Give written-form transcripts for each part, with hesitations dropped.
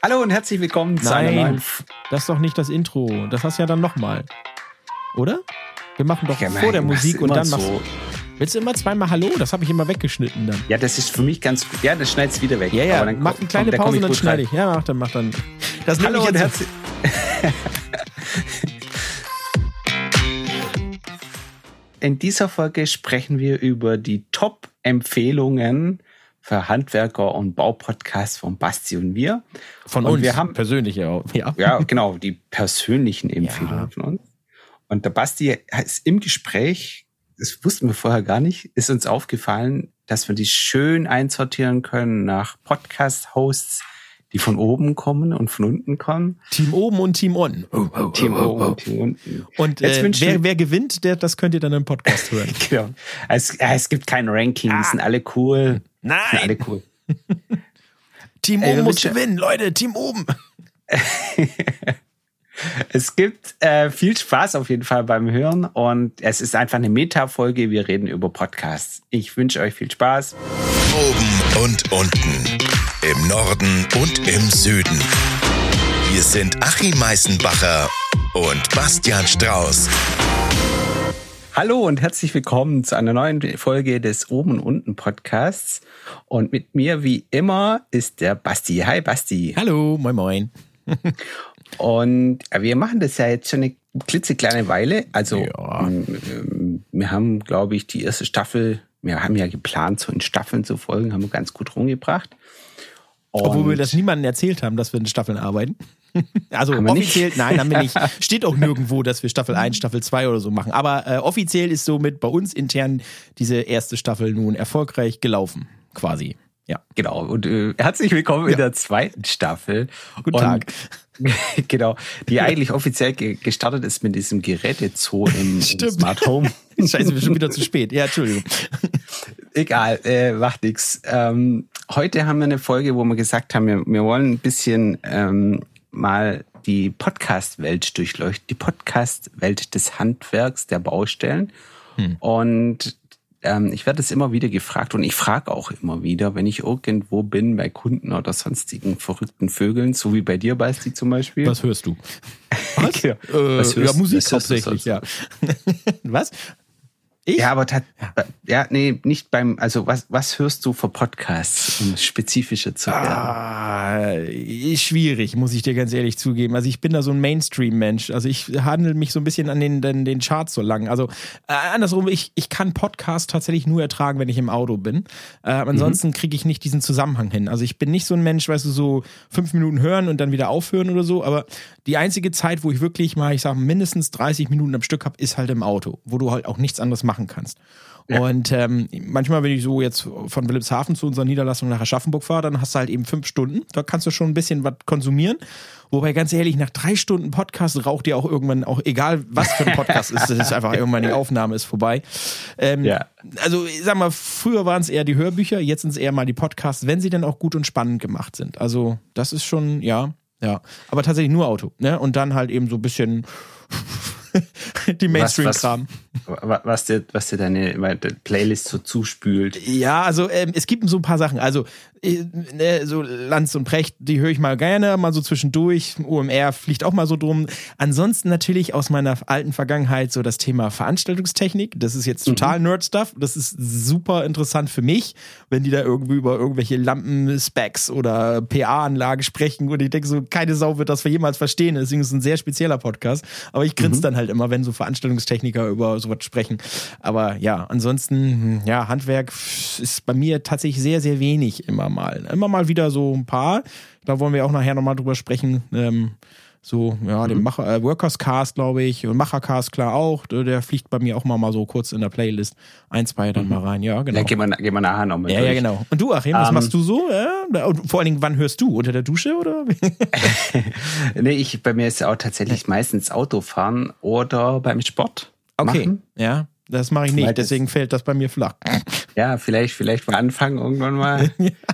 Hallo und herzlich willkommen zu einer neuen... Das ist doch nicht das Intro. Das hast du ja dann nochmal. Oder? Wir machen doch vor der Musik und dann machst du... Willst du immer zweimal Hallo? Das habe ich immer weggeschnitten dann. Ja, das ist für mich ganz gut. Ja, das schneidest wieder weg. Ja, aber dann mach eine kleine Pause und dann schneide ich. Ja, mach dann. Das nehme ich jetzt. Herzlich. In dieser Folge sprechen wir über die Top-Empfehlungen für Handwerker und Baupodcasts von Basti und mir. Von uns wir haben persönlich auch. Ja, genau, die persönlichen Empfehlungen von uns. Und der Basti ist im Gespräch, das wussten wir vorher gar nicht, ist uns aufgefallen, dass wir die schön einsortieren können nach Podcast-Hosts, die von oben kommen und von unten kommen. Team oben und Team unten. Team oben und Team unten. Und wer gewinnt, das könnt ihr dann im Podcast hören. Genau. Es gibt kein Ranking, die sind alle cool. Nein. Sind alle cool. Team oben muss gewinnen, Leute, Team oben. Es gibt viel Spaß auf jeden Fall beim Hören und es ist einfach eine Meta-Folge. Wir reden über Podcasts. Ich wünsche euch viel Spaß. Oben und unten, im Norden und im Süden. Wir sind Achim Meißenbacher und Bastian Strauß. Hallo und herzlich willkommen zu einer neuen Folge des Oben und Unten Podcasts. Und mit mir wie immer ist der Basti. Hi Basti. Hallo, moin moin. Und wir machen das ja jetzt schon eine klitzekleine Weile. Also wir haben, glaube ich, die erste Staffel, wir haben ja geplant, so in Staffeln zu folgen, haben wir ganz gut rumgebracht. Obwohl wir das niemandem erzählt haben, dass wir in Staffeln arbeiten. Also offiziell, nein, haben wir nicht. Steht auch nirgendwo, dass wir Staffel 1, Staffel 2 oder so machen. Aber offiziell ist somit bei uns intern diese erste Staffel nun erfolgreich gelaufen, quasi. Ja. Genau. Und herzlich willkommen in der zweiten Staffel. Guten Tag. Genau, die eigentlich offiziell gestartet ist mit diesem Gerätezoo im Smart Home. Scheiße, wir sind schon wieder zu spät. Ja, Entschuldigung. Egal, macht nix. Heute haben wir eine Folge, wo wir gesagt haben, wir wollen ein bisschen mal die Podcast-Welt durchleuchten, die Podcast-Welt des Handwerks, der Baustellen. Und ich werde es immer wieder gefragt und ich frage auch immer wieder, wenn ich irgendwo bin bei Kunden oder sonstigen verrückten Vögeln, so wie bei dir, Basti zum Beispiel. Was hörst du? Was? Was hörst, Musik hauptsächlich, ja. Was? Ich? Ja, aber nicht beim, also was hörst du für Podcasts, um spezifischer zu werden? Ist schwierig, muss ich dir ganz ehrlich zugeben. Also ich bin da so ein Mainstream-Mensch. Also ich handle mich so ein bisschen an den Charts so lang. Also andersrum, ich kann Podcasts tatsächlich nur ertragen, wenn ich im Auto bin. Ansonsten kriege ich nicht diesen Zusammenhang hin. Also ich bin nicht so ein Mensch, weißt du, so 5 Minuten hören und dann wieder aufhören oder so. Aber die einzige Zeit, wo ich wirklich mal, ich sage, mindestens 30 Minuten am Stück habe, ist halt im Auto, wo du halt auch nichts anderes machen kannst. Ja. Und manchmal, wenn ich so jetzt von Wilhelmshaven zu unserer Niederlassung nach Aschaffenburg fahre, dann hast du halt eben 5 Stunden. Da kannst du schon ein bisschen was konsumieren. Wobei, ganz ehrlich, nach 3 Stunden Podcast raucht dir auch irgendwann, auch egal was für ein Podcast ist, das ist einfach irgendwann, die Aufnahme ist vorbei. Also, ich sag mal, früher waren es eher die Hörbücher, jetzt sind es eher mal die Podcasts, wenn sie dann auch gut und spannend gemacht sind. Also, das ist schon, ja. Aber tatsächlich nur Auto, ne? Und dann halt eben so ein bisschen die Mainstream-Kram. Was dir deine Playlist so zuspült. Ja, also es gibt so ein paar Sachen. Also so Lanz und Precht, die höre ich mal gerne, mal so zwischendurch. OMR fliegt auch mal so drum. Ansonsten natürlich aus meiner alten Vergangenheit so das Thema Veranstaltungstechnik. Das ist jetzt total Nerd-Stuff. Das ist super interessant für mich, wenn die da irgendwie über irgendwelche Lampen-Specs oder PA-Anlagen sprechen. Und ich denke so, keine Sau wird das jemals verstehen. Deswegen ist es ein sehr spezieller Podcast. Aber ich grinse dann halt immer, wenn so Veranstaltungstechniker über sowas sprechen. Aber ja, ansonsten, ja, Handwerk ist bei mir tatsächlich sehr, sehr wenig immer mal. Immer mal wieder so ein paar. Da wollen wir auch nachher nochmal drüber sprechen. Den Workers Cast, glaube ich, und Machercast, klar auch. Der fliegt bei mir auch mal so kurz in der Playlist. 1, 2 dann mal rein, ja, genau. Ja, gehen wir nachher noch mal durch. Ja, genau. Und du, Achim, was machst du so? Ja? Und vor allen Dingen, wann hörst du? Unter der Dusche, oder? Nee, bei mir ist ja auch tatsächlich meistens Autofahren oder beim Sport. Okay, machen. Ja, das mache ich nicht, deswegen fällt das bei mir flach. Ja, vielleicht mal anfangen irgendwann mal.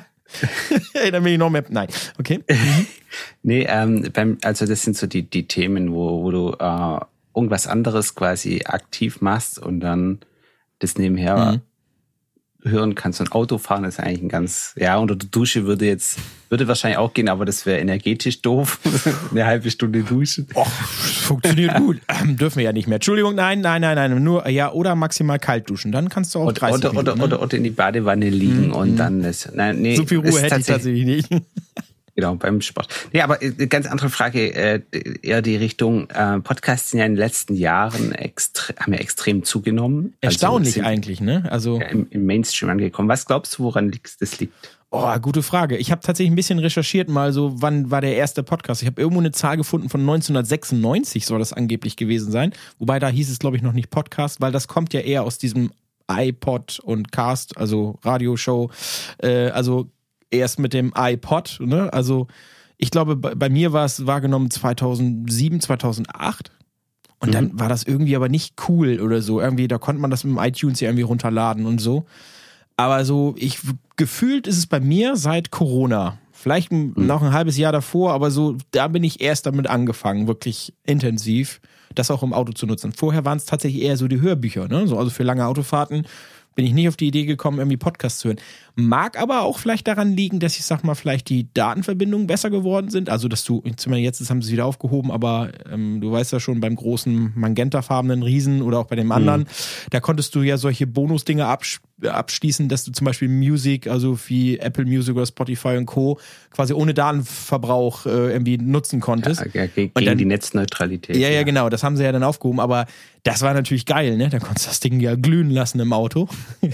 Dann will ich noch mehr. Nein, okay. Nee, also das sind so die Themen, wo du irgendwas anderes quasi aktiv machst und dann das nebenher hören kannst. Und Autofahren ist eigentlich ein ganz, ja, unter der Dusche würde wahrscheinlich auch gehen, aber das wäre energetisch doof. Eine halbe Stunde duschen. Och, funktioniert gut. Dürfen wir ja nicht mehr. Entschuldigung, nein. Nur, ja, oder maximal kalt duschen. Dann kannst du auch 30 Minuten. Oder in die Badewanne liegen und dann ist, nee, so viel Ruhe hätte ich tatsächlich nicht. Genau, beim Sport. Nee, aber eine ganz andere Frage, eher die Richtung, Podcasts sind ja in den letzten Jahren haben ja extrem zugenommen. Erstaunlich eigentlich, ne? Also im Mainstream angekommen. Was glaubst du, woran das liegt? Oh, gute Frage. Ich habe tatsächlich ein bisschen recherchiert mal so, wann war der erste Podcast. Ich habe irgendwo eine Zahl gefunden von 1996 soll das angeblich gewesen sein. Wobei da hieß es, glaube ich, noch nicht Podcast, weil das kommt ja eher aus diesem iPod und Cast, also Radioshow, also erst mit dem iPod, ne? Also ich glaube, bei mir war es wahrgenommen 2007, 2008 und dann war das irgendwie aber nicht cool oder so. Irgendwie, da konnte man das mit dem iTunes ja irgendwie runterladen und so. Aber so, gefühlt ist es bei mir seit Corona. Vielleicht noch ein halbes Jahr davor, aber so, da bin ich erst damit angefangen, wirklich intensiv, das auch im Auto zu nutzen. Vorher waren es tatsächlich eher so die Hörbücher, ne? So, also für lange Autofahrten bin ich nicht auf die Idee gekommen, irgendwie Podcasts zu hören. Mag aber auch vielleicht daran liegen, dass ich sag mal, vielleicht die Datenverbindungen besser geworden sind. Also, dass du, jetzt haben sie es wieder aufgehoben, aber du weißt ja schon, beim großen magentafarbenen Riesen oder auch bei dem anderen, da konntest du ja solche Bonusdinge abschließen, dass du zum Beispiel Music, also wie Apple Music oder Spotify und Co. quasi ohne Datenverbrauch irgendwie nutzen konntest. Ja, gegen dann, die Netzneutralität. Ja, genau, das haben sie ja dann aufgehoben, aber das war natürlich geil, ne? Da konntest du das Ding ja glühen lassen im Auto.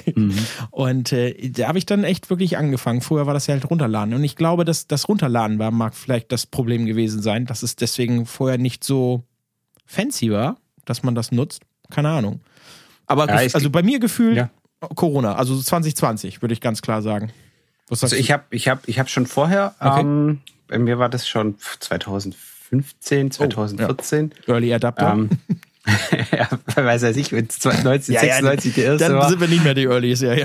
Und da habe ich dann echt wirklich angefangen. Vorher war das ja halt runterladen. Und ich glaube, dass das Runterladen mag vielleicht das Problem gewesen sein, dass es deswegen vorher nicht so fancy war, dass man das nutzt. Keine Ahnung. Aber ja, also bei mir Gefühl Corona, also 2020, würde ich ganz klar sagen. Was sagst du? Ich hab schon vorher, okay. Bei mir war das schon 2015, 2014. Ja. Early Adapter. Ja, weiß ich, wenn es 1996 der erste dann war. Dann sind wir nicht mehr die Earlys, ja.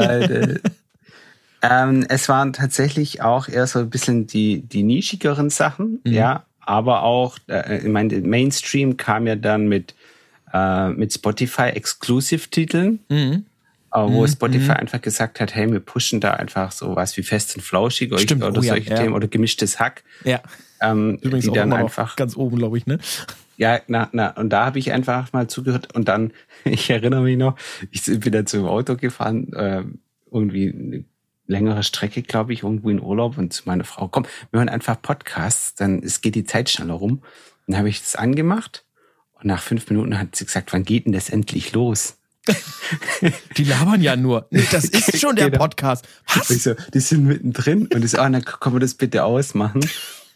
Es waren tatsächlich auch eher so ein bisschen die nischigeren Sachen, ja, aber auch, ich meine, Mainstream kam ja dann mit Spotify Exclusive-Titeln, wo Spotify einfach gesagt hat, hey, wir pushen da einfach so was wie Fest und Flauschig oder solche Themen oder Gemischtes Hack. Ja. Übrigens die auch dann einfach ganz oben, glaube ich, ne? Ja, und da habe ich einfach mal zugehört und dann, ich erinnere mich noch, ich bin dann zum Auto gefahren, irgendwie eine längere Strecke, glaube ich, irgendwo in Urlaub und zu meiner Frau, komm, wir hören einfach Podcasts, es geht die Zeit schneller rum. Und dann habe ich das angemacht und nach 5 Minuten hat sie gesagt, wann geht denn das endlich los? Die labern ja nur. Das ist schon der Podcast. Was? Ich so, die sind mittendrin und ich so, dann können wir das bitte ausmachen.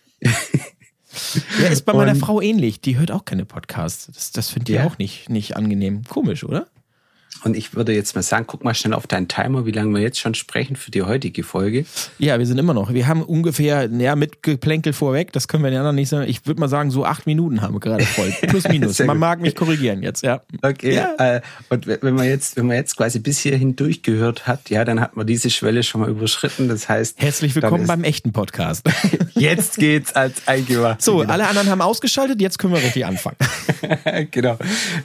Ja, ist bei meiner Frau ähnlich. Die hört auch keine Podcasts. Das findet ihr auch nicht angenehm. Komisch, oder? Und ich würde jetzt mal sagen, guck mal schnell auf deinen Timer, wie lange wir jetzt schon sprechen für die heutige Folge. Ja, wir sind immer noch. Wir haben ungefähr, mit Geplänkel vorweg, das können wir den anderen nicht sagen. Ich würde mal sagen, so 8 Minuten haben wir gerade voll. Plus, minus. Man mag mich korrigieren jetzt, ja. Okay, ja. Und wenn man jetzt quasi bis hierhin durchgehört hat, ja, dann hat man diese Schwelle schon mal überschritten. Das heißt... Herzlich willkommen beim echten Podcast. Jetzt geht's als eingemacht. So, alle anderen haben ausgeschaltet, jetzt können wir richtig anfangen. Genau.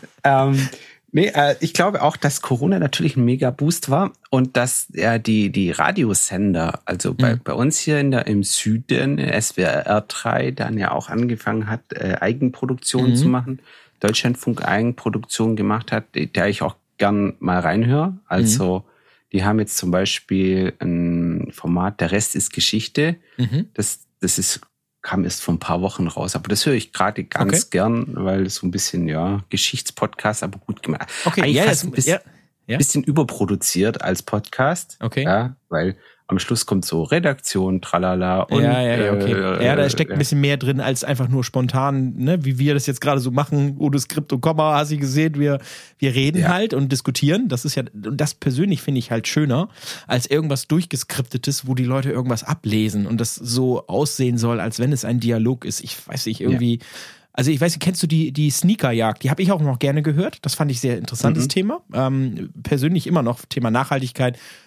Ich glaube auch, dass Corona natürlich ein Mega-Boost war und dass die Radiosender, also bei uns hier im Süden, SWR 3, dann ja auch angefangen hat, Eigenproduktion zu machen, Deutschlandfunk Eigenproduktion gemacht hat, der ich auch gern mal reinhöre. Also die haben jetzt zum Beispiel ein Format, Der Rest ist Geschichte. Das kam erst vor ein paar Wochen raus. Aber das höre ich gerade ganz gern, weil es so ein bisschen, Geschichtspodcast, aber gut gemacht. Okay, eigentlich fast ein bisschen überproduziert als Podcast. Okay. Ja, weil am Schluss kommt so Redaktion, tralala. Und, okay. Da steckt ein bisschen mehr drin als einfach nur spontan, ne, wie wir das jetzt gerade so machen, ohne Skript und Komma, hast du gesehen, wir reden halt und diskutieren. Das ist ja, das persönlich finde ich halt schöner, als irgendwas durchgeskriptetes, wo die Leute irgendwas ablesen und das so aussehen soll, als wenn es ein Dialog ist. Ich weiß nicht, irgendwie... Ja. Also ich weiß nicht, kennst du die Sneakerjagd? Die habe ich auch noch gerne gehört. Das fand ich sehr interessantes Thema. Persönlich immer noch Thema Nachhaltigkeit.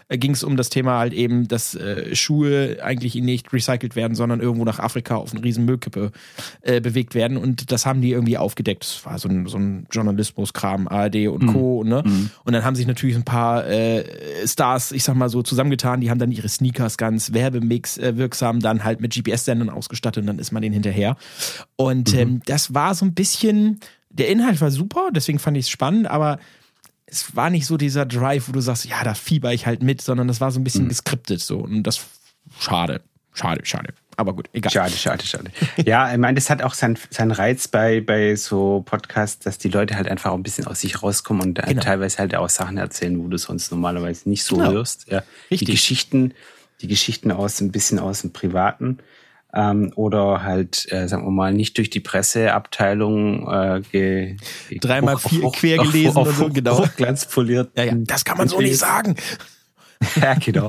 ging es um das Thema halt eben, dass Schuhe eigentlich nicht recycelt werden, sondern irgendwo nach Afrika auf eine riesen Müllkippe bewegt werden. Und das haben die irgendwie aufgedeckt. Das war so ein Journalismuskram, ARD und Co. Ne? Und dann haben sich natürlich ein paar Stars, ich sag mal so, zusammengetan. Die haben dann ihre Sneakers ganz werbemix wirksam dann halt mit GPS-Sendern ausgestattet und dann ist man denen hinterher. Und das war so ein bisschen, der Inhalt war super, deswegen fand ich es spannend, aber es war nicht so dieser Drive, wo du sagst, ja, da fieber ich halt mit, sondern das war so ein bisschen geskriptet so und das schade. Aber gut, egal. Schade. Ja, ich meine, das hat auch seinen Reiz bei so Podcasts, dass die Leute halt einfach auch ein bisschen aus sich rauskommen und teilweise halt auch Sachen erzählen, wo du sonst normalerweise nicht so hörst. Ja. Richtig. Die Geschichten ein bisschen aus dem Privaten. Oder halt, sagen wir mal, nicht durch die Presseabteilung 3x4 quer gelesen und so, genau. Hochglanzpoliert. Ja, das kann man so nicht sagen. Ja, genau.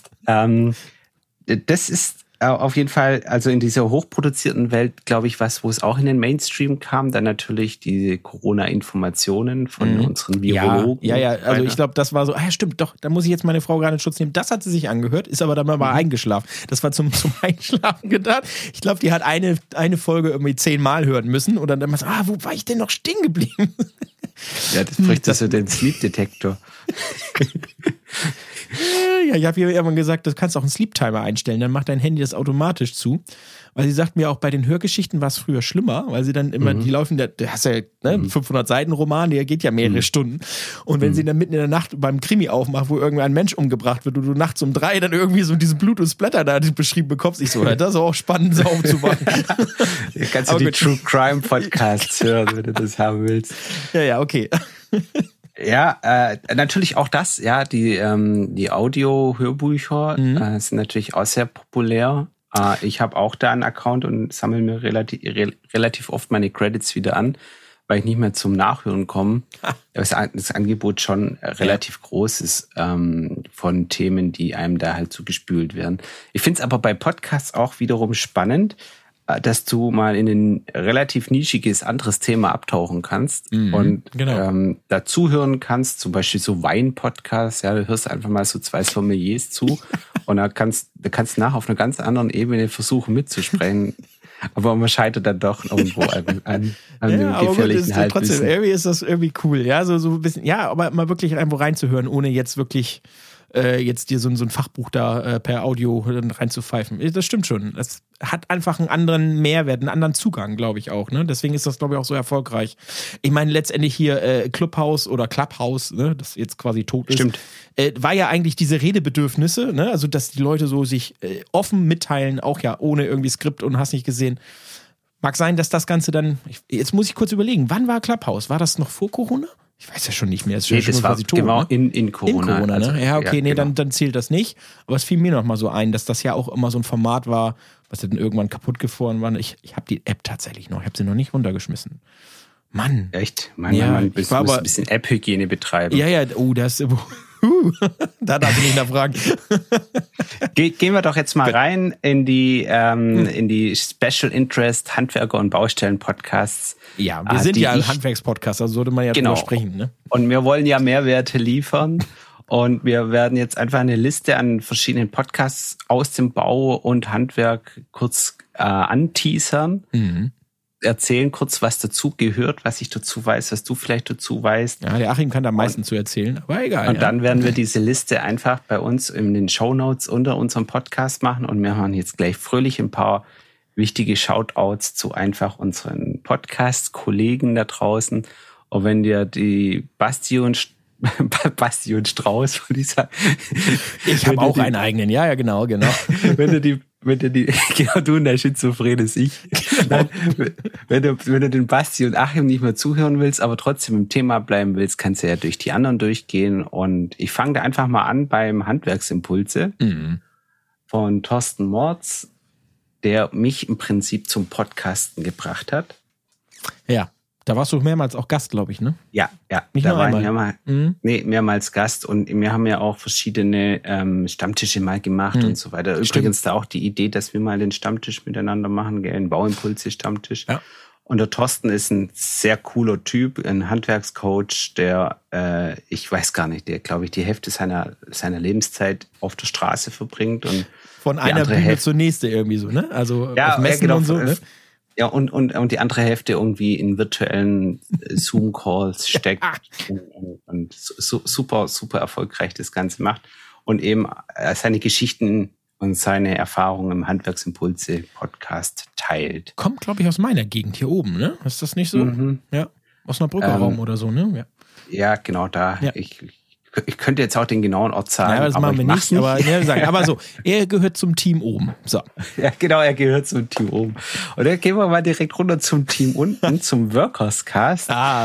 Das ist auf jeden Fall, also in dieser hochproduzierten Welt, glaube ich, wo es auch in den Mainstream kam, dann natürlich diese Corona-Informationen von unseren Virologen. Ja, also ich glaube, das war so, stimmt, doch, da muss ich jetzt meine Frau gerade in Schutz nehmen. Das hat sie sich angehört, ist aber dann mal eingeschlafen. Das war zum Einschlafen gedacht. Ich glaube, die hat eine Folge irgendwie 10-mal hören müssen und dann mal so, wo war ich denn noch stehen geblieben? Ja, das bräuchte so den Sleep-Detektor. Ja, ich habe ihr irgendwann gesagt, du kannst auch einen Sleep-Timer einstellen, dann macht dein Handy das automatisch zu. Weil sie sagt mir auch, bei den Hörgeschichten war es früher schlimmer, weil sie dann immer, die laufen, du hast ja 500 Seiten Roman, der geht ja mehrere Stunden. Und wenn sie dann mitten in der Nacht beim Krimi aufmacht, wo irgendein Mensch umgebracht wird und du nachts um 3 dann irgendwie so diesen Blut-und-Splatter da beschrieben bekommst, ich so, das ist auch spannend, so aufzuwachen. Kannst du die True Crime Podcasts hören, wenn du das haben willst. Ja, okay. Ja, natürlich auch das, ja, die Audio-Hörbücher sind natürlich auch sehr populär. Ich habe auch da einen Account und sammle mir relativ oft meine Credits wieder an, weil ich nicht mehr zum Nachhören komme. Das Angebot schon relativ groß ist von Themen, die einem da halt zugespült werden. Ich finde es aber bei Podcasts auch wiederum spannend, dass du mal in ein relativ nischiges anderes Thema abtauchen kannst und dazu hören kannst, zum Beispiel so Wein-Podcasts, ja, du hörst einfach mal so 2 Sommeliers zu und da kannst nach auf einer ganz anderen Ebene versuchen mitzusprechen, aber man scheitert dann doch irgendwo an dem gefährlichen Halbwissen. Trotzdem, irgendwie ist das irgendwie cool, ja, so ein bisschen, ja, aber mal wirklich irgendwo reinzuhören, ohne jetzt wirklich jetzt dir so ein Fachbuch da per Audio reinzupfeifen. Das stimmt schon. Es hat einfach einen anderen Mehrwert, einen anderen Zugang, glaube ich auch. Ne? Deswegen ist das, glaube ich, auch so erfolgreich. Ich meine, letztendlich hier Clubhouse, ne, das jetzt quasi tot ist, stimmt. War ja eigentlich diese Redebedürfnisse, ne? Also dass die Leute so sich offen mitteilen, auch ja ohne irgendwie Skript und hast nicht gesehen. Mag sein, dass das Ganze dann, jetzt muss ich kurz überlegen, wann war Clubhouse? War das noch vor Corona? Ich weiß ja schon nicht mehr. Das war quasi tot, genau, ne? in Corona. In Corona, ne? Also, ja, okay, ja, nee, genau. dann zählt das nicht. Aber es fiel mir noch mal so ein, dass das ja auch immer so ein Format war, was dann irgendwann kaputt gefahren war. Ich habe die App tatsächlich noch. Ich habe sie noch nicht runtergeschmissen. Mann. Echt? Man muss ein bisschen App-Hygiene betreiben. Ja, das... da darf ich nicht nachfragen. Gehen wir doch jetzt mal rein in die Special Interest Handwerker- und Baustellen-Podcasts. Ja, wir sind ja ein Handwerkspodcast, also sollte man ja drüber sprechen. Ne? Und wir wollen ja Mehrwerte liefern. Und wir werden jetzt einfach eine Liste an verschiedenen Podcasts aus dem Bau und Handwerk kurz anteasern. Erzählen kurz, was dazu gehört, was ich dazu weiß, was du vielleicht dazu weißt. Ja, der Achim kann da am meisten zu erzählen, aber egal. Und dann werden wir diese Liste einfach bei uns in den Shownotes unter unserem Podcast machen und wir haben jetzt gleich fröhlich ein paar wichtige Shoutouts zu einfach unseren Podcast-Kollegen da draußen. Und wenn dir die Basti und Strauß, würde ich sagen. Ich habe auch einen eigenen, ja, genau. Wenn du genau, du und der schizophrene Ich. Nein, wenn du den Basti und Achim nicht mehr zuhören willst, aber trotzdem im Thema bleiben willst, kannst du ja durch die anderen durchgehen. Und ich fange da einfach mal an beim Handwerksimpulse von Thorsten Morz, der mich im Prinzip zum Podcasten gebracht hat. Ja. Da warst du mehrmals auch Gast, glaube ich, ne? Ja. Nicht da nur war einmal. Ich mehrmals Gast und wir haben ja auch verschiedene Stammtische mal gemacht und so weiter. Übrigens da auch die Idee, dass wir mal den Stammtisch miteinander machen, den Bauimpulse-Stammtisch. Ja. Und der Thorsten ist ein sehr cooler Typ, ein Handwerkscoach, der, ich weiß gar nicht, der, glaube ich, die Hälfte seiner Lebenszeit auf der Straße verbringt. Und von einer Bühne zur nächsten irgendwie so, ne? Also ja, auf Messen genau, und so, ne? Ja, und die andere Hälfte irgendwie in virtuellen Zoom-Calls steckt und super, super erfolgreich das Ganze macht. Und eben seine Geschichten und seine Erfahrungen im Handwerksimpulse-Podcast teilt. Kommt, glaube ich, aus meiner Gegend hier oben, ne? Ist das nicht so? Ja, aus einer Brücke-Raum oder so, ne? Ja, genau da. Ja. Ich könnte jetzt auch den genauen Ort sagen. Ja, das machen wir nicht, aber ja, sagen. Aber so, er gehört zum Team oben. So. Ja, genau, er gehört zum Team oben. Und dann gehen wir mal direkt runter zum Team unten, zum Workerscast.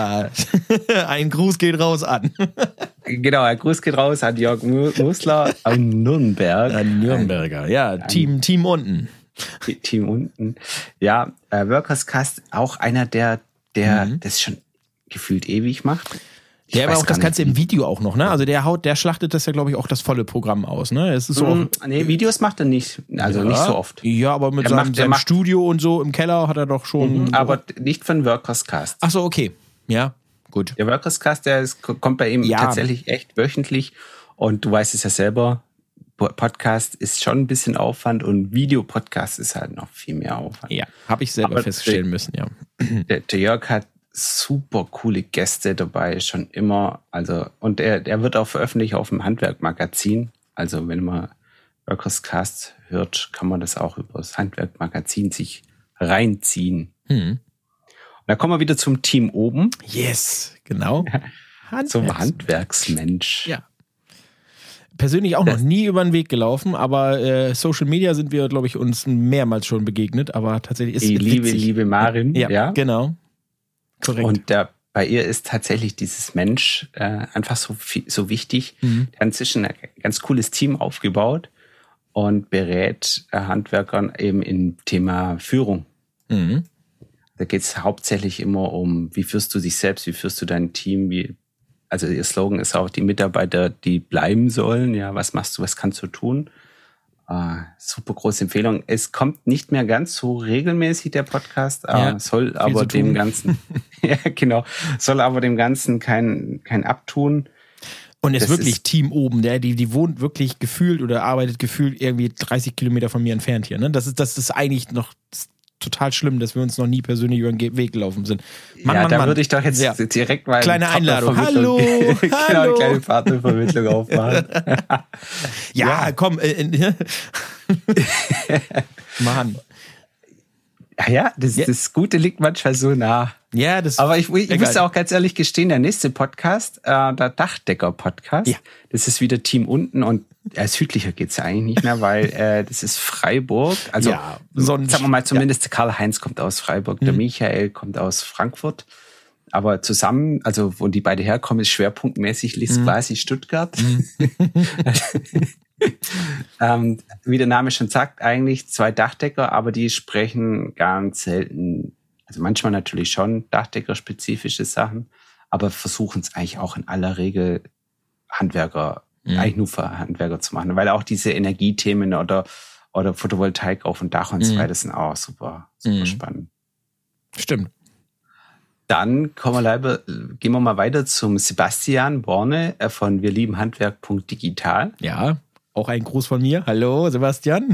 Ein Gruß geht raus an. Genau, ein Gruß geht raus an Jörg Musler an Nürnberg. Ein Nürnberger, ja, Team unten. Team unten. Ja, Workerscast, auch einer, der das schon gefühlt ewig macht. Der aber auch das Ganze im Video auch noch, ne? Also der schlachtet das ja, glaube ich, auch das volle Programm aus, ne? Es ist so nee, Videos macht er nicht, also nicht so oft. Ja, aber mit seinem Studio und so im Keller hat er doch schon. Aber nicht von Workerscast. Ach so, okay. Ja, gut. Der Workerscast, kommt bei ihm tatsächlich echt wöchentlich. Und du weißt es ja selber, Podcast ist schon ein bisschen Aufwand und Videopodcast ist halt noch viel mehr Aufwand. Ja, habe ich selber feststellen müssen, ja. Der Jörg hat super coole Gäste dabei, schon immer. Also, und er wird auch veröffentlicht auf dem Handwerk-Magazin. Also, wenn man Workerscast hört, kann man das auch über das Handwerk-Magazin sich reinziehen. Und da kommen wir wieder zum Team oben. Yes, genau. Zum Handwerksmensch. Ja. Persönlich auch noch nie über den Weg gelaufen, aber Social Media sind wir, glaube ich, uns mehrmals schon begegnet. Aber tatsächlich ist es liebe Marin. Ja, genau. Korrekt. Und bei ihr ist tatsächlich dieses Mensch einfach so wichtig. Der hat inzwischen ein ganz cooles Team aufgebaut und berät Handwerkern eben im Thema Führung. Da geht es hauptsächlich immer um, wie führst du dich selbst, wie führst du dein Team, also ihr Slogan ist auch, die Mitarbeiter, die bleiben sollen. Ja, was machst du, was kannst du tun? Super große Empfehlung. Es kommt nicht mehr ganz so regelmäßig, der Podcast, soll aber dem Ganzen, soll aber dem Ganzen kein Abtun. Und ist wirklich Team oben, die wohnt wirklich gefühlt oder arbeitet gefühlt irgendwie 30 Kilometer von mir entfernt hier. Ne? Das ist eigentlich noch total schlimm, dass wir uns noch nie persönlich über den Weg gelaufen sind. Mann. Würde ich doch jetzt direkt mal kleine Einladung. Hallo. Eine kleine Partnervermittlung aufmachen. Komm. Mann. Ja, das Gute liegt manchmal so nah. Ja, aber ich muss auch ganz ehrlich gestehen, der nächste Podcast, der Dachdecker-Podcast, das ist wieder Team unten und südlicher geht's ja eigentlich nicht mehr, weil das ist Freiburg. Also sagen wir mal zumindest der Karl-Heinz kommt aus Freiburg, der Michael kommt aus Frankfurt. Aber zusammen, also wo die beide herkommen, ist schwerpunktmäßig quasi Stuttgart. Wie der Name schon sagt, eigentlich 2 Dachdecker, aber die sprechen ganz selten, also manchmal natürlich schon Dachdecker-spezifische Sachen, aber versuchen es eigentlich auch in aller Regel eigentlich nur für Handwerker zu machen, weil auch diese Energiethemen oder Photovoltaik auf dem Dach und so weiter sind auch super spannend. Stimmt. Dann gehen wir mal weiter zum Sebastian Borne von wirliebenhandwerk.digital. Ja, auch ein Gruß von mir. Hallo, Sebastian.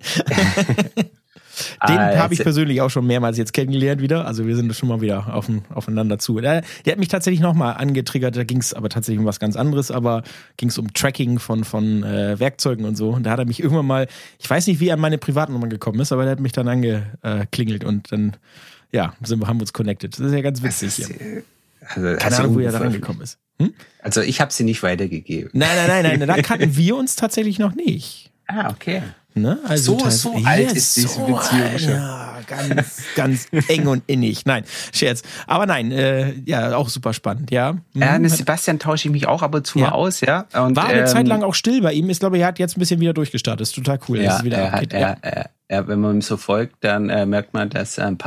Den habe ich persönlich auch schon mehrmals jetzt kennengelernt wieder. Also wir sind schon mal wieder aufeinander zu. Der hat mich tatsächlich nochmal angetriggert. Da ging es aber tatsächlich um was ganz anderes. Aber ging es um Tracking von Werkzeugen und so. Und da hat er mich irgendwann mal, ich weiß nicht, wie er an meine Privatnummer gekommen ist, aber der hat mich dann angeklingelt und dann haben wir uns connected. Das ist ja ganz witzig. Keine Ahnung, wo er da rangekommen ist. Also ich habe sie nicht weitergegeben. Nein. Da kannten wir uns tatsächlich noch nicht. Ah, okay. Ne? Also so alt ist diese Beziehung schon. Ja, ganz eng und innig. Nein, Scherz. Aber nein, auch super spannend, ja. Sebastian tausche ich mich auch ab und zu mal aus, ja. Und, war eine Zeit lang auch still bei ihm. Ich glaube, er hat jetzt ein bisschen wieder durchgestartet. Ist total cool. Ja, wenn man ihm so folgt, dann merkt man, dass er ein paar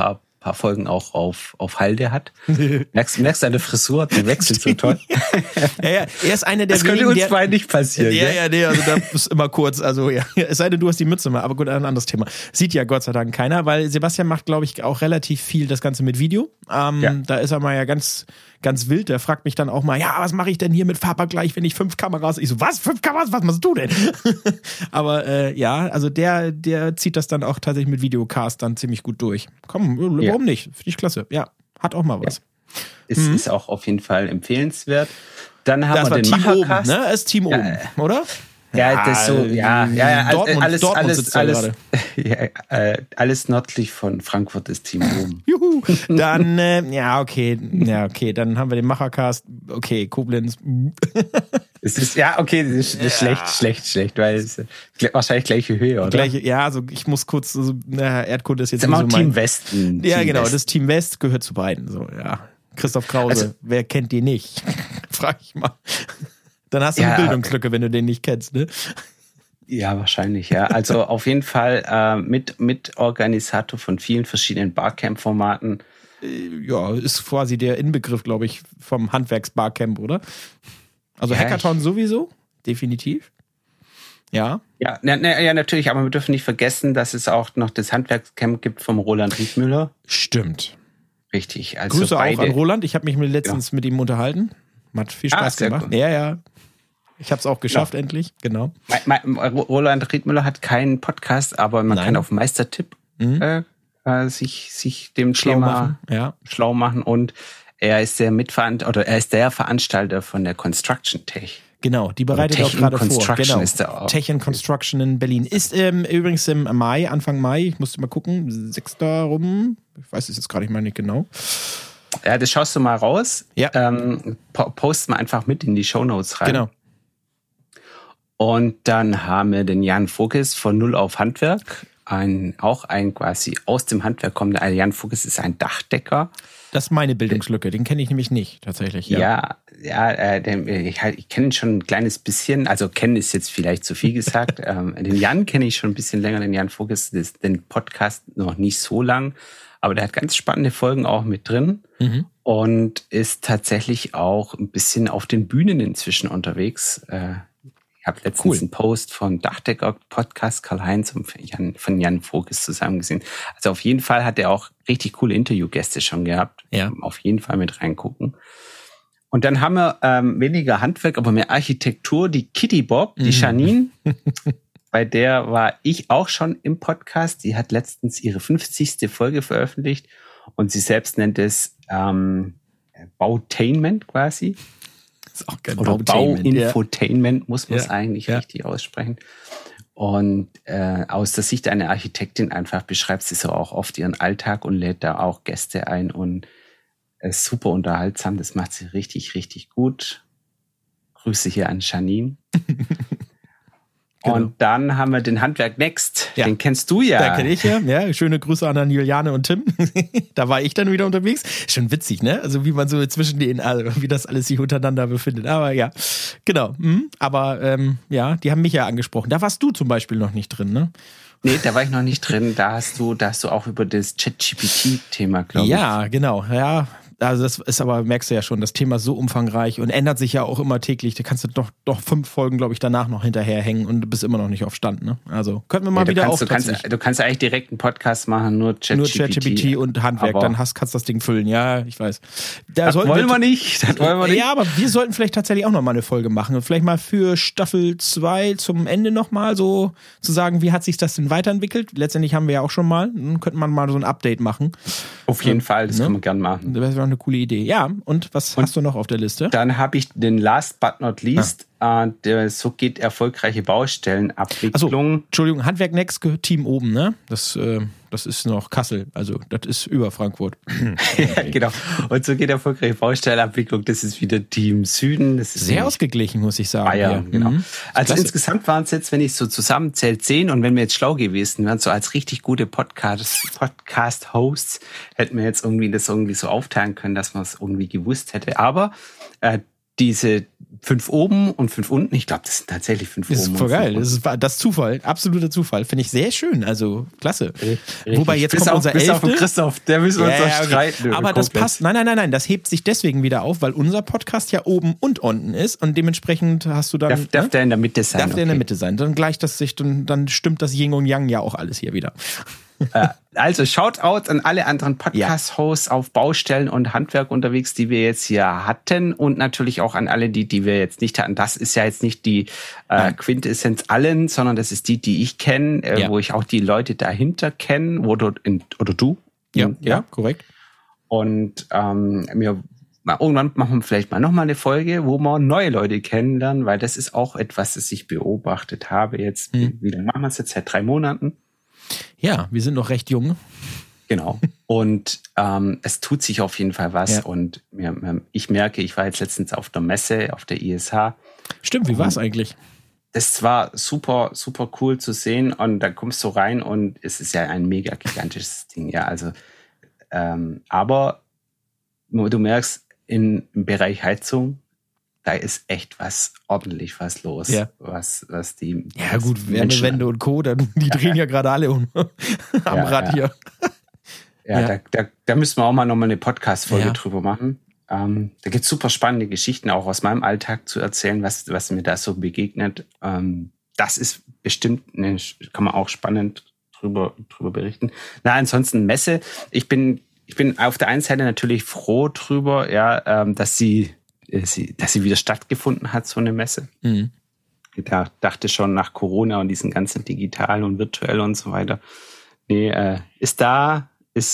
paar Folgen auch auf Halde hat. Merkst deine Frisur, die wechselt so toll. Er ist einer der das könnte uns beiden nicht passieren. Nee, also da ist immer kurz, also ja. Es sei denn, du hast die Mütze mal, aber gut, ein anderes Thema. Sieht ja Gott sei Dank keiner, weil Sebastian macht, glaube ich, auch relativ viel das Ganze mit Video. Da ist er mal ja ganz wild, der fragt mich dann auch mal, ja, was mache ich denn hier mit Farbvergleich, wenn ich 5 Kameras, ich so, was, 5 Kameras, was machst du denn? Aber also der zieht das dann auch tatsächlich mit Videocast dann ziemlich gut durch. Komm, warum nicht? Finde ich klasse. Ja, hat auch mal was. Ja. Ist auch auf jeden Fall empfehlenswert. Dann haben wir den Team Machercast. oben, ne? Ist Team oben, oder? Ja, das ist so, Dortmund alles nördlich von Frankfurt ist Team oben. Juhu. Dann, okay, dann haben wir den Machercast. Okay, Koblenz. Es ist, das ist schlecht, weil es wahrscheinlich gleiche Höhe, oder? Also ich muss kurz, Erdkunde ist jetzt nicht so Team Westen. Ja, genau, das Team West gehört zu beiden, so, ja. Christoph Krause, also, wer kennt die nicht? Frag ich mal. Dann hast du eine Bildungslücke, wenn du den nicht kennst, ne? Ja, wahrscheinlich, ja. Also auf jeden Fall mit Organisator von vielen verschiedenen Barcamp-Formaten. Ja, ist quasi der Inbegriff, glaube ich, vom Handwerks-Barcamp, oder? Also Hackathon sowieso, definitiv. Ja. Ja, natürlich, aber wir dürfen nicht vergessen, dass es auch noch das Handwerkscamp gibt vom Roland Riedmüller. Stimmt. Richtig. Also Grüße auch an Roland, ich habe mich letztens mit ihm unterhalten. Hat viel Spaß gemacht. Cool. Ja. Ich habe es auch geschafft, endlich. Genau. Roland Riedmüller hat keinen Podcast, aber man kann auf Meistertipp sich dem Thema schlau machen. Und er ist der Veranstalter von der Construction Tech. Genau, die bereitet auch gerade vor. Genau. Ist da auch. Tech and Construction in Berlin. Ist übrigens im Mai, Anfang Mai, ich musste mal gucken, 6. rum. Ich weiß es jetzt gerade nicht genau. Ja, das schaust du mal raus. Ja. Post mal einfach mit in die Shownotes rein. Genau. Und dann haben wir den Jan Voges von Null auf Handwerk. Auch ein quasi aus dem Handwerk kommender. Also Jan Voges ist ein Dachdecker. Das ist meine Bildungslücke. Den kenne ich nämlich nicht, tatsächlich. Ich kenne ihn schon ein kleines bisschen. Also kennen ist jetzt vielleicht zu viel gesagt. Den Jan kenne ich schon ein bisschen länger. Den Jan Voges, den Podcast noch nicht so lang. Aber der hat ganz spannende Folgen auch mit drin und ist tatsächlich auch ein bisschen auf den Bühnen inzwischen unterwegs. Ich habe letztens einen Post von Dachdecker-Podcast Karl-Heinz und von Jan Voges zusammen gesehen. Also auf jeden Fall hat er auch richtig coole Interviewgäste schon gehabt. Ja. Auf jeden Fall mit reingucken. Und dann haben wir weniger Handwerk, aber mehr Architektur. Die Kitty Bob, die Janine. Bei der war ich auch schon im Podcast. Die hat letztens ihre 50. Folge veröffentlicht und sie selbst nennt es Bautainment quasi. Ist auch geil. Oder Bauinfotainment muss man es eigentlich richtig aussprechen. Und aus der Sicht einer Architektin einfach beschreibt sie so auch oft ihren Alltag und lädt da auch Gäste ein und ist super unterhaltsam. Das macht sie richtig, richtig gut. Grüße hier an Janine. Genau. Und dann haben wir den Handwerk Next. Ja. Den kennst du ja. Da kenne ich ja. Schöne Grüße an Juliane und Tim. Da war ich dann wieder unterwegs. Schon witzig, ne? Also wie man so zwischen denen, wie das alles sich untereinander befindet. Aber ja, genau. Aber die haben mich ja angesprochen. Da warst du zum Beispiel noch nicht drin, ne? Nee, da war ich noch nicht drin. Da hast du auch über das ChatGPT-Thema, glaube ich. Ja, genau. Ja. Also das ist aber, merkst du ja schon, das Thema ist so umfangreich und ändert sich ja auch immer täglich. Da kannst du doch 5 Folgen, glaube ich, danach noch hinterherhängen und du bist immer noch nicht auf Stand, ne? Also könnten wir mal wieder auf. Du kannst eigentlich direkt einen Podcast machen, nur ChatGPT und Handwerk, dann kannst du das Ding füllen. Ja, ich weiß. Das wollen wir nicht. Ja, aber wir sollten vielleicht tatsächlich auch noch mal eine Folge machen und vielleicht mal für Staffel 2 zum Ende noch mal so zu sagen, wie hat sich das denn weiterentwickelt? Letztendlich haben wir ja auch schon mal, dann könnte man mal so ein Update machen. Auf jeden Fall, das können wir gerne machen. Das wäre eine coole Idee. Ja, und was hast du noch auf der Liste? Dann habe ich den Last but not least, so geht erfolgreiche Baustellenabwicklung. Entschuldigung, Handwerk Next Team oben, ne? Das ist noch Kassel, also das ist über Frankfurt. Ja, genau. Und so geht erfolgreiche Baustellenabwicklung, das ist wieder Team Süden. Das ist sehr ausgeglichen, muss ich sagen. Bayern, genau. Also klasse. Insgesamt waren es jetzt, wenn ich so zusammenzähle, 10 und wenn wir jetzt schlau gewesen wären, so als richtig gute Podcast-Hosts, hätten wir jetzt das irgendwie so aufteilen können, dass man es irgendwie gewusst hätte. Aber diese 5 oben und 5 unten. Ich glaube, das sind tatsächlich 5 oben. Das ist voll geil. Das ist Zufall. Absoluter Zufall. Finde ich sehr schön. Also, klasse. Richtig. Wobei jetzt kommt unser 11. Bis auf den Christoph, der müssen wir uns doch streiten. Aber das passt. Nein. Das hebt sich deswegen wieder auf, weil unser Podcast ja oben und unten ist und dementsprechend hast du dann... Darf der in der Mitte sein? Darf der in der Mitte sein. Dann gleicht das sich, dann stimmt das Yin und Yang ja auch alles hier wieder. Also Shoutout an alle anderen Podcast-Hosts auf Baustellen und Handwerk unterwegs, die wir jetzt hier hatten und natürlich auch an alle, die wir jetzt nicht hatten. Das ist ja jetzt nicht die Quintessenz allen, sondern das ist die ich kenne, wo ich auch die Leute dahinter kenne, oder du. Ja, korrekt. Und irgendwann machen wir vielleicht mal nochmal eine Folge, wo wir neue Leute kennenlernen, weil das ist auch etwas, das ich beobachtet habe jetzt. Wie lange machen wir es jetzt? Seit 3 Monaten. Ja, wir sind noch recht jung. Genau. Und es tut sich auf jeden Fall was. Ja. Und ich merke, ich war jetzt letztens auf der Messe, auf der ISH. Stimmt, wie war es eigentlich? Das war super, super cool zu sehen. Und da kommst du rein und es ist ja ein mega gigantisches Ding. Ja, also, aber du merkst, im Bereich Heizung, da ist echt ordentlich was los. Ja. Was die. Ja, gut, Wärmewende und Co., die drehen ja gerade alle am Rad hier. Ja. Da müssen wir auch mal nochmal eine Podcast-Folge drüber machen. Da gibt es super spannende Geschichten auch aus meinem Alltag zu erzählen, was mir da so begegnet. Das ist bestimmt, kann man auch spannend drüber berichten. Na, ansonsten Messe. Ich bin auf der einen Seite natürlich froh drüber, dass sie wieder stattgefunden hat, so eine Messe. Mhm. Ich dachte schon nach Corona und diesen ganzen digitalen und virtuell und so weiter. Es gab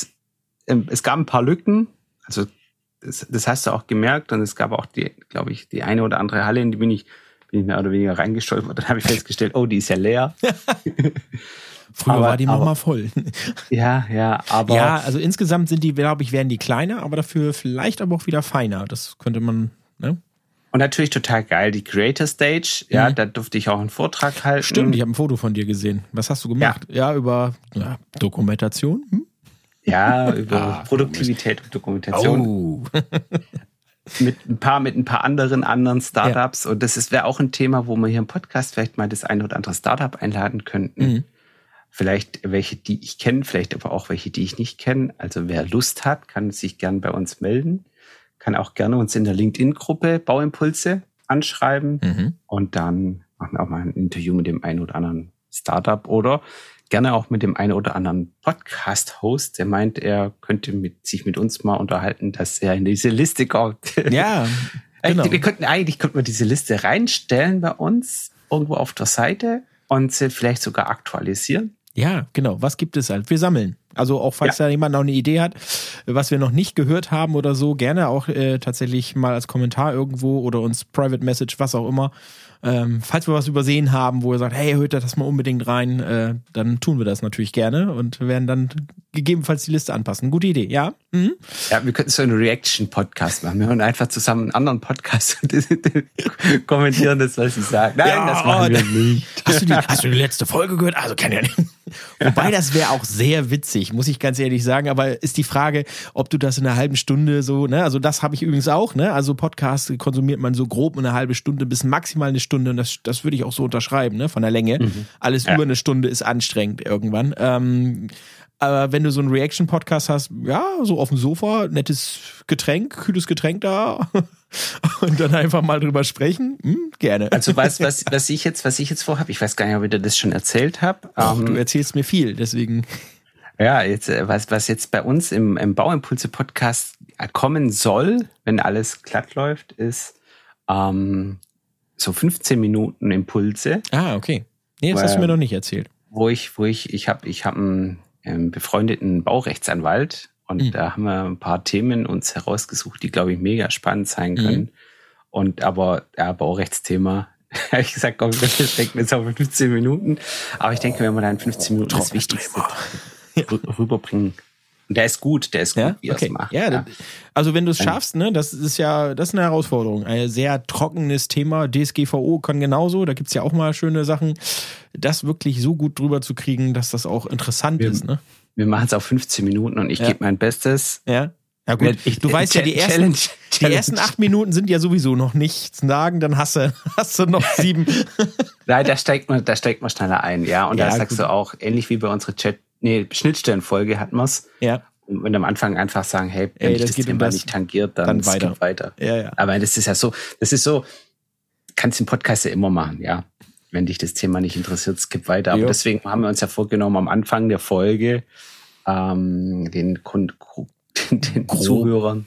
ein paar Lücken, also das hast du auch gemerkt, und es gab auch die eine oder andere Halle, in die bin ich mehr oder weniger reingestolpert. Dann habe ich festgestellt, die ist ja leer. Früher war die Mama voll. Aber... Ja, also insgesamt sind die, glaube ich, werden die kleiner, aber dafür vielleicht aber auch wieder feiner. Das könnte man, ne? Und natürlich total geil, die Creator Stage, da durfte ich auch einen Vortrag halten. Stimmt, ich habe ein Foto von dir gesehen. Was hast du gemacht? Ja, über Dokumentation? Ja, über Produktivität und Dokumentation. Oh. mit ein paar anderen Startups. Und das wäre auch ein Thema, wo wir hier im Podcast vielleicht mal das eine oder andere Startup einladen könnten. Mhm. Vielleicht welche, die ich kenne, vielleicht aber auch welche, die ich nicht kenne. Also wer Lust hat, kann sich gern bei uns melden. Kann auch gerne uns in der LinkedIn-Gruppe Bauimpulse anschreiben. Mhm. Und dann machen wir auch mal ein Interview mit dem einen oder anderen Startup oder gerne auch mit dem einen oder anderen Podcast-Host, der meint, er könnte sich mit uns mal unterhalten, dass er in diese Liste kommt. Ja, genau. Eigentlich könnten wir diese Liste reinstellen bei uns irgendwo auf der Seite und sie vielleicht sogar aktualisieren. Ja, genau. Was gibt es halt? Wir sammeln. Also auch falls da jemand noch eine Idee hat, was wir noch nicht gehört haben oder so, gerne auch tatsächlich mal als Kommentar irgendwo oder uns Private Message, was auch immer. Falls wir was übersehen haben, wo ihr sagt, hey, hört das mal unbedingt rein, dann tun wir das natürlich gerne und werden dann gegebenenfalls die Liste anpassen. Gute Idee, ja? Mhm. Ja, wir könnten so einen Reaction-Podcast machen. Wir hören einfach zusammen einen anderen Podcast und kommentieren das, was sie sagen. Nein, das machen wir nicht. Hast du die letzte Folge gehört? Also kann ja nicht. Wobei, das wäre auch sehr witzig, muss ich ganz ehrlich sagen. Aber ist die Frage, ob du das in einer halben Stunde so, ne? Also das habe ich übrigens auch, ne? Also Podcast konsumiert man so grob eine halbe Stunde bis maximal eine Stunde. Und das würde ich auch so unterschreiben, ne? Von der Länge. Mhm. Alles über eine Stunde ist anstrengend irgendwann. Aber wenn du so einen Reaction-Podcast hast, so auf dem Sofa, nettes Getränk, kühles Getränk da und dann einfach mal drüber sprechen, gerne. Also was ich jetzt vorhabe, ich weiß gar nicht, ob ich dir das schon erzählt habe. Du erzählst mir viel, deswegen. Ja, jetzt was jetzt bei uns im Bauimpulse-Podcast kommen soll, wenn alles glatt läuft, ist so 15 Minuten Impulse. Ah, okay. Nee, das hast du mir noch nicht erzählt. Ich habe einen befreundeten Baurechtsanwalt und da haben wir ein paar Themen uns herausgesucht, die, glaube ich, mega spannend sein können. Aber Baurechtsthema, habe ich gesagt, komm, das stecken wir jetzt auf 15 Minuten. Aber ich denke, wenn wir da in 15 Minuten das Wichtigste rüberbringen. Und der ist gut, wie er es macht. Ja. Also wenn du es schaffst, ne, das ist eine Herausforderung. Ein sehr trockenes Thema. DSGVO kann genauso, da gibt's ja auch mal schöne Sachen. Das wirklich so gut drüber zu kriegen, dass das auch interessant ist. Ne? Wir machen es auf 15 Minuten und ich gebe mein Bestes. Ja. Ja gut, du weißt ja, die ersten 8 Minuten sind ja sowieso noch nichts sagen, dann hast du noch 7. Nein, da steigt man schneller ein, ja. Und da sagst du auch, ähnlich wie bei unserer Schnittstellenfolge hatten wir es. Ja. Und am Anfang einfach sagen, hey, wenn dich das Thema nicht tangiert, dann weiter. Ja. Aber das ist so, kannst den Podcast ja immer machen, ja. Wenn dich das Thema nicht interessiert, skip weiter. Aber deswegen haben wir uns ja vorgenommen, am Anfang der Folge den Zuhörern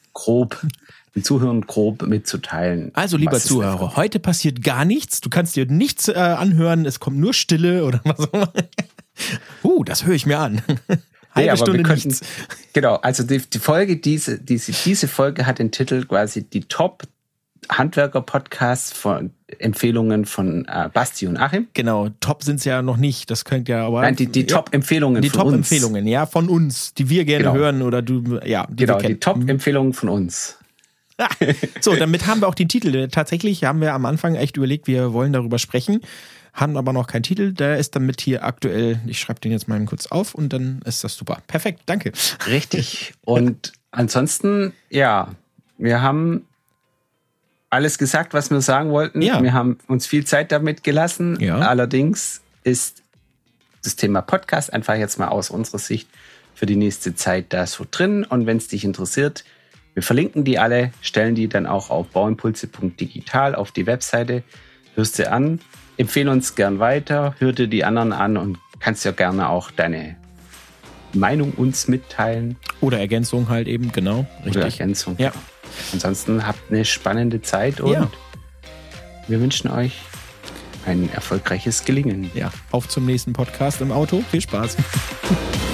grob mitzuteilen. Also, lieber Zuhörer, heute passiert gar nichts. Du kannst dir nichts anhören. Es kommt nur Stille oder was auch immer. Das höre ich mir an. Halbe Stunde nichts. Genau, also die Folge, diese Folge hat den Titel quasi die Top Handwerker-Podcasts von Empfehlungen von Basti und Achim. Genau, top sind es ja noch nicht. Das könnt ja aber. Nein, die Top-Empfehlungen von uns. Die Top-Empfehlungen, ja, von uns, die wir gerne hören oder du, ja. Die Top-Empfehlungen von uns. So, damit haben wir auch den Titel. Tatsächlich haben wir am Anfang echt überlegt, wir wollen darüber sprechen, haben aber noch keinen Titel. Der ist damit hier aktuell, ich schreibe den jetzt mal kurz auf und dann ist das super. Perfekt, danke. Richtig. Und ansonsten, ja, wir haben alles gesagt, was wir sagen wollten. Ja. Wir haben uns viel Zeit damit gelassen. Ja. Allerdings ist das Thema Podcast einfach jetzt mal aus unserer Sicht für die nächste Zeit da so drin. Und wenn es dich interessiert, wir verlinken die alle, stellen die dann auch auf bauimpulse.digital auf die Webseite, hörst du an, empfehle uns gern weiter, hör dir die anderen an und kannst ja gerne auch deine Meinung uns mitteilen. Oder Ergänzung halt eben, genau. Richtig. Oder Ergänzung. Ja. Ansonsten habt eine spannende Zeit und wir wünschen euch ein erfolgreiches Gelingen. Ja, auf zum nächsten Podcast im Auto. Viel Spaß.